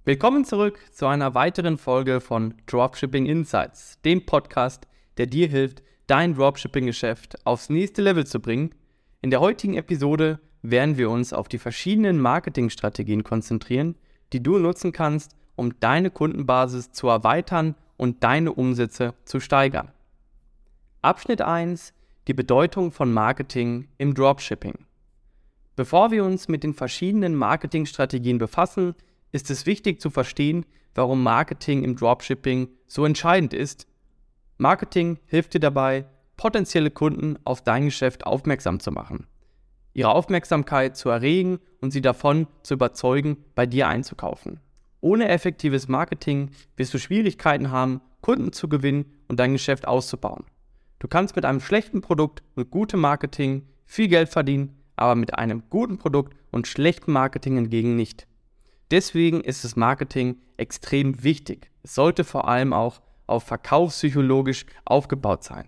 Willkommen zurück zu einer weiteren Folge von Dropshipping Insights, dem Podcast, der dir hilft, dein Dropshipping-Geschäft aufs nächste Level zu bringen. In der heutigen Episode werden wir uns auf die verschiedenen Marketingstrategien konzentrieren, die du nutzen kannst, um deine Kundenbasis zu erweitern und deine Umsätze zu steigern. Abschnitt 1: Die Bedeutung von Marketing im Dropshipping. Bevor wir uns mit den verschiedenen Marketingstrategien befassen, ist es wichtig zu verstehen, warum Marketing im Dropshipping so entscheidend ist. Marketing hilft dir dabei, potenzielle Kunden auf dein Geschäft aufmerksam zu machen, ihre Aufmerksamkeit zu erregen und sie davon zu überzeugen, bei dir einzukaufen. Ohne effektives Marketing wirst du Schwierigkeiten haben, Kunden zu gewinnen und dein Geschäft auszubauen. Du kannst mit einem schlechten Produkt und gutem Marketing viel Geld verdienen, aber mit einem guten Produkt und schlechtem Marketing hingegen nicht. Deswegen ist das Marketing extrem wichtig. Es sollte vor allem auch auf verkaufspsychologisch aufgebaut sein.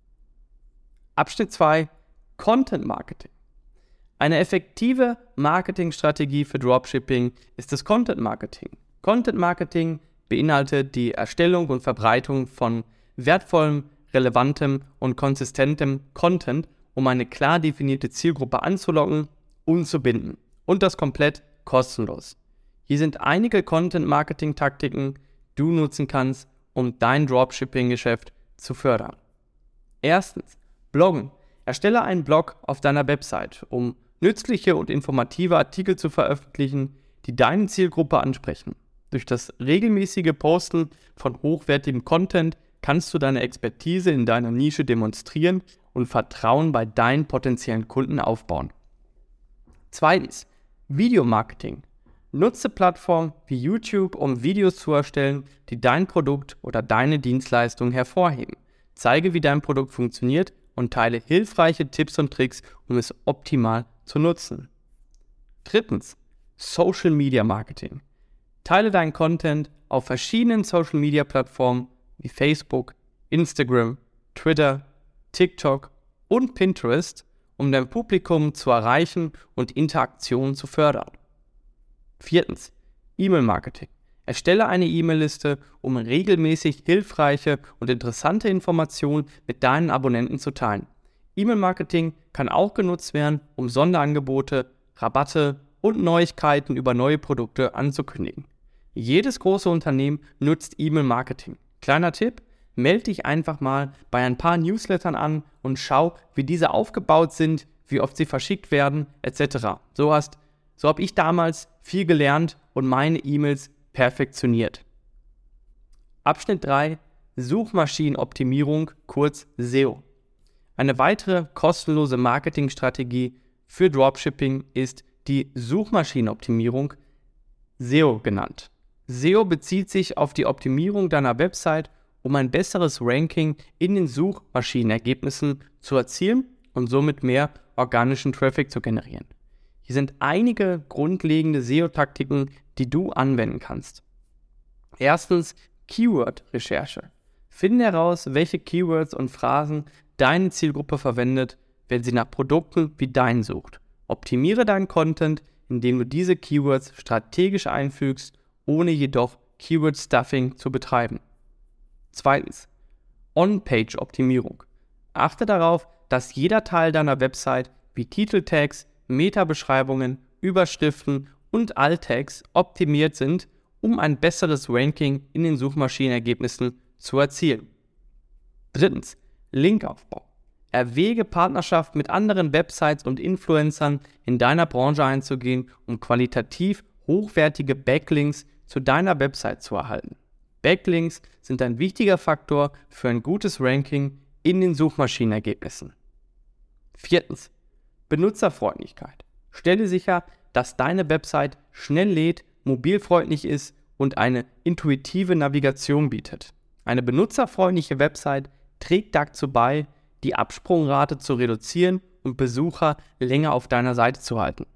Abschnitt 2: Content Marketing. Eine effektive Marketingstrategie für Dropshipping ist das Content Marketing. Content Marketing beinhaltet die Erstellung und Verbreitung von wertvollem, relevantem und konsistentem Content, um eine klar definierte Zielgruppe anzulocken und zu binden. Und das komplett kostenlos. Hier sind einige Content-Marketing-Taktiken, die du nutzen kannst, um dein Dropshipping-Geschäft zu fördern. Erstens, Bloggen. Erstelle einen Blog auf deiner Website, um nützliche und informative Artikel zu veröffentlichen, die deine Zielgruppe ansprechen. Durch das regelmäßige Posten von hochwertigem Content kannst du deine Expertise in deiner Nische demonstrieren und Vertrauen bei deinen potenziellen Kunden aufbauen. Zweitens, Videomarketing. Nutze Plattformen wie YouTube, um Videos zu erstellen, die dein Produkt oder deine Dienstleistung hervorheben. Zeige, wie dein Produkt funktioniert und teile hilfreiche Tipps und Tricks, um es optimal zu nutzen. Drittens, Social Media Marketing. Teile deinen Content auf verschiedenen Social Media Plattformen wie Facebook, Instagram, Twitter, TikTok und Pinterest, um dein Publikum zu erreichen und Interaktion zu fördern. Viertens, E-Mail-Marketing. Erstelle eine E-Mail-Liste, um regelmäßig hilfreiche und interessante Informationen mit deinen Abonnenten zu teilen. E-Mail-Marketing kann auch genutzt werden, um Sonderangebote, Rabatte und Neuigkeiten über neue Produkte anzukündigen. Jedes große Unternehmen nutzt E-Mail-Marketing. Kleiner Tipp: Melde dich einfach mal bei ein paar Newslettern an und schau, wie diese aufgebaut sind, wie oft sie verschickt werden, etc. So habe ich damals viel gelernt und meine E-Mails perfektioniert. Abschnitt 3: Suchmaschinenoptimierung, kurz SEO. Eine weitere kostenlose Marketingstrategie für Dropshipping ist die Suchmaschinenoptimierung, SEO genannt. SEO bezieht sich auf die Optimierung deiner Website, um ein besseres Ranking in den Suchmaschinenergebnissen zu erzielen und somit mehr organischen Traffic zu generieren. Hier sind einige grundlegende SEO-Taktiken, die du anwenden kannst. Erstens, Keyword-Recherche. Finde heraus, welche Keywords und Phrasen deine Zielgruppe verwendet, wenn sie nach Produkten wie deinen sucht. Optimiere deinen Content, indem du diese Keywords strategisch einfügst, ohne jedoch Keyword-Stuffing zu betreiben. Zweitens, On-Page-Optimierung. Achte darauf, dass jeder Teil deiner Website wie Titeltags, Meta-Beschreibungen, Überschriften und Alt-Tags optimiert sind, um ein besseres Ranking in den Suchmaschinenergebnissen zu erzielen. Drittens, Linkaufbau. Erwäge Partnerschaften mit anderen Websites und Influencern in deiner Branche einzugehen, um qualitativ hochwertige Backlinks zu deiner Website zu erhalten. Backlinks sind ein wichtiger Faktor für ein gutes Ranking in den Suchmaschinenergebnissen. Viertens, Benutzerfreundlichkeit. Stelle sicher, dass deine Website schnell lädt, mobilfreundlich ist und eine intuitive Navigation bietet. Eine benutzerfreundliche Website trägt dazu bei, die Absprungrate zu reduzieren und Besucher länger auf deiner Seite zu halten.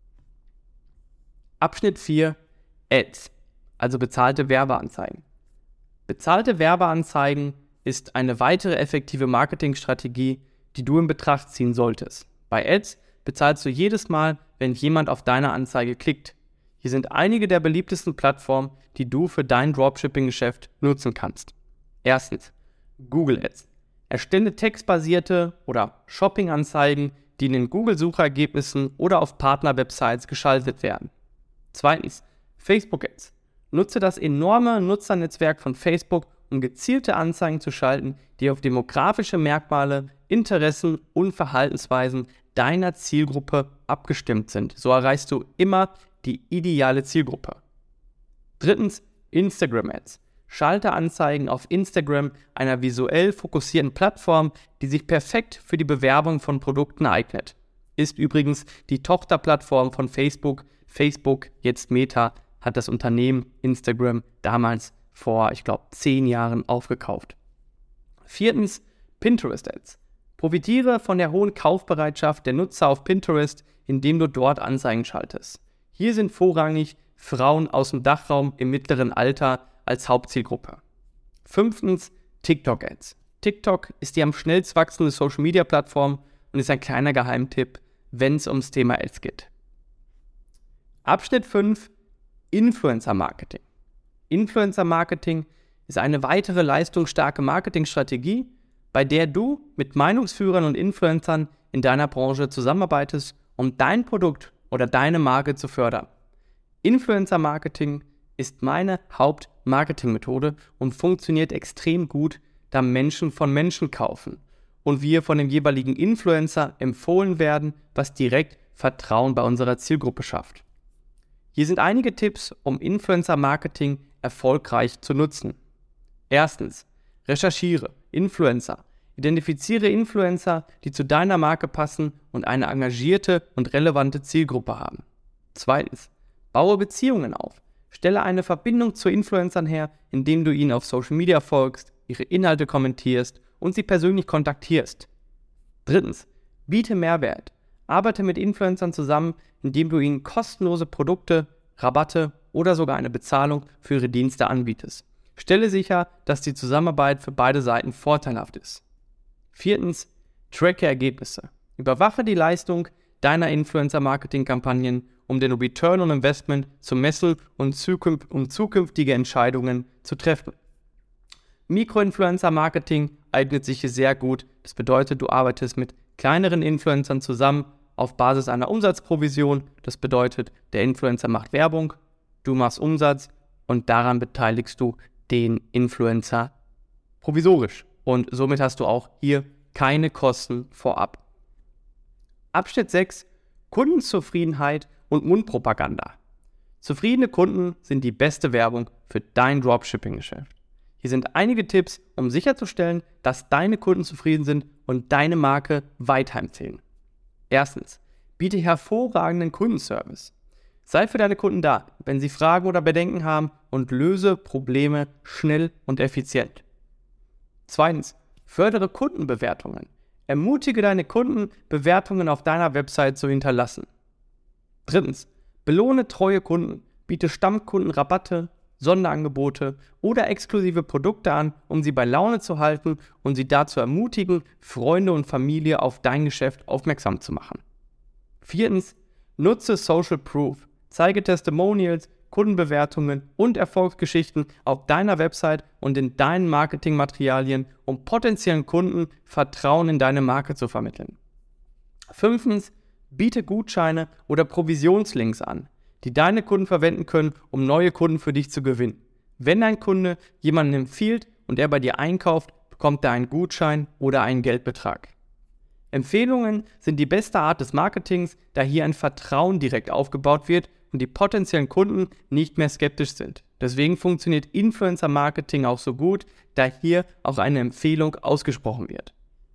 Abschnitt 4: Ads, also bezahlte Werbeanzeigen. Bezahlte Werbeanzeigen ist eine weitere effektive Marketingstrategie, die du in Betracht ziehen solltest. Bei Ads bezahlst du jedes Mal, wenn jemand auf deine Anzeige klickt. Hier sind einige der beliebtesten Plattformen, die du für dein Dropshipping-Geschäft nutzen kannst. Erstens, Google Ads. Erstelle textbasierte oder Shopping-Anzeigen, die in den Google-Suchergebnissen oder auf Partner-Websites geschaltet werden. Zweitens, Facebook Ads. Nutze das enorme Nutzernetzwerk von Facebook, um gezielte Anzeigen zu schalten, die auf demografische Merkmale, Interessen und Verhaltensweisen deiner Zielgruppe abgestimmt sind. So erreichst du immer die ideale Zielgruppe. Drittens, Instagram Ads. Schalte Anzeigen auf Instagram, einer visuell fokussierten Plattform, die sich perfekt für die Bewerbung von Produkten eignet. Ist übrigens die Tochterplattform von Facebook. Facebook, jetzt Meta, hat das Unternehmen Instagram damals vor, 10 Jahren aufgekauft. Viertens, Pinterest Ads. Profitiere von der hohen Kaufbereitschaft der Nutzer auf Pinterest, indem du dort Anzeigen schaltest. Hier sind vorrangig Frauen aus dem Dachraum im mittleren Alter als Hauptzielgruppe. Fünftens, TikTok Ads. TikTok ist die am schnellst wachsende Social-Media-Plattform und ist ein kleiner Geheimtipp, wenn es ums Thema Ads geht. Abschnitt 5, Influencer-Marketing. Influencer-Marketing ist eine weitere leistungsstarke Marketingstrategie, bei der du mit Meinungsführern und Influencern in deiner Branche zusammenarbeitest, um dein Produkt oder deine Marke zu fördern. Influencer-Marketing ist meine Hauptmarketingmethode und funktioniert extrem gut, da Menschen von Menschen kaufen und wir von dem jeweiligen Influencer empfohlen werden, was direkt Vertrauen bei unserer Zielgruppe schafft. Hier sind einige Tipps, um Influencer-Marketing erfolgreich zu nutzen. Erstens, recherchiere Influencer. Identifiziere Influencer, die zu deiner Marke passen und eine engagierte und relevante Zielgruppe haben. Zweitens, baue Beziehungen auf. Stelle eine Verbindung zu Influencern her, indem du ihnen auf Social Media folgst, ihre Inhalte kommentierst und sie persönlich kontaktierst. Drittens, biete Mehrwert. Arbeite mit Influencern zusammen, indem du ihnen kostenlose Produkte, Rabatte oder sogar eine Bezahlung für ihre Dienste anbietest. Stelle sicher, dass die Zusammenarbeit für beide Seiten vorteilhaft ist. Viertens, tracke Ergebnisse. Überwache die Leistung deiner Influencer-Marketing-Kampagnen, um den Return on Investment zu messen und um zukünftige Entscheidungen zu treffen. Mikroinfluencer-Marketing eignet sich hier sehr gut. Das bedeutet, du arbeitest mit kleineren Influencern zusammen auf Basis einer Umsatzprovision. Das bedeutet, der Influencer macht Werbung, du machst Umsatz und daran beteiligst du den Influencer provisorisch. Und somit hast du auch hier keine Kosten vorab. Abschnitt 6. Kundenzufriedenheit und Mundpropaganda. Zufriedene Kunden sind die beste Werbung für dein Dropshipping-Geschäft. Hier sind einige Tipps, um sicherzustellen, dass deine Kunden zufrieden sind und deine Marke weiterempfehlen. Erstens, biete hervorragenden Kundenservice. Sei für deine Kunden da, wenn sie Fragen oder Bedenken haben und löse Probleme schnell und effizient. Zweitens, fördere Kundenbewertungen. Ermutige deine Kunden, Bewertungen auf deiner Website zu hinterlassen. Drittens, belohne treue Kunden. Biete Stammkunden Rabatte, Sonderangebote oder exklusive Produkte an, um sie bei Laune zu halten und sie dazu ermutigen, Freunde und Familie auf dein Geschäft aufmerksam zu machen. Viertens, nutze Social Proof. Zeige Testimonials, Kundenbewertungen und Erfolgsgeschichten auf deiner Website und in deinen Marketingmaterialien, um potenziellen Kunden Vertrauen in deine Marke zu vermitteln. Fünftens, biete Gutscheine oder Provisionslinks an, die deine Kunden verwenden können, um neue Kunden für dich zu gewinnen. Wenn ein Kunde jemanden empfiehlt und er bei dir einkauft, bekommt er einen Gutschein oder einen Geldbetrag. Empfehlungen sind die beste Art des Marketings, da hier ein Vertrauen direkt aufgebaut wird und die potenziellen Kunden nicht mehr skeptisch sind. Deswegen funktioniert Influencer-Marketing auch so gut, da hier auch eine Empfehlung ausgesprochen wird.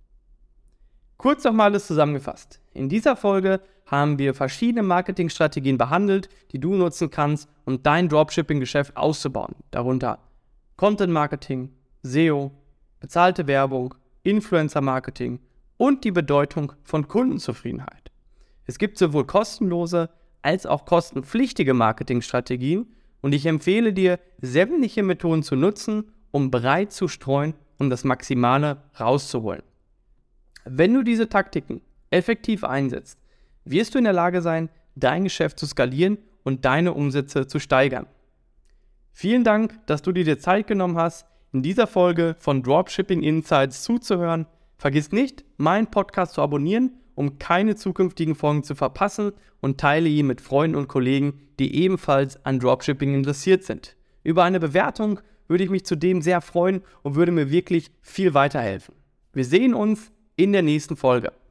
Kurz nochmal alles zusammengefasst. In dieser Folge haben wir verschiedene Marketingstrategien behandelt, die du nutzen kannst, um dein Dropshipping-Geschäft auszubauen. Darunter Content-Marketing, SEO, bezahlte Werbung, Influencer-Marketing und die Bedeutung von Kundenzufriedenheit. Es gibt sowohl kostenlose als auch kostenpflichtige Marketingstrategien und ich empfehle dir, sämtliche Methoden zu nutzen, um breit zu streuen und das Maximale rauszuholen. Wenn du diese Taktiken effektiv einsetzt, wirst du in der Lage sein, dein Geschäft zu skalieren und deine Umsätze zu steigern. Vielen Dank, dass du dir die Zeit genommen hast, in dieser Folge von Dropshipping Insights zuzuhören. Vergiss nicht, meinen Podcast zu abonnieren, um keine zukünftigen Folgen zu verpassen, und teile ihn mit Freunden und Kollegen, die ebenfalls an Dropshipping interessiert sind. Über eine Bewertung würde ich mich zudem sehr freuen und würde mir wirklich viel weiterhelfen. Wir sehen uns in der nächsten Folge.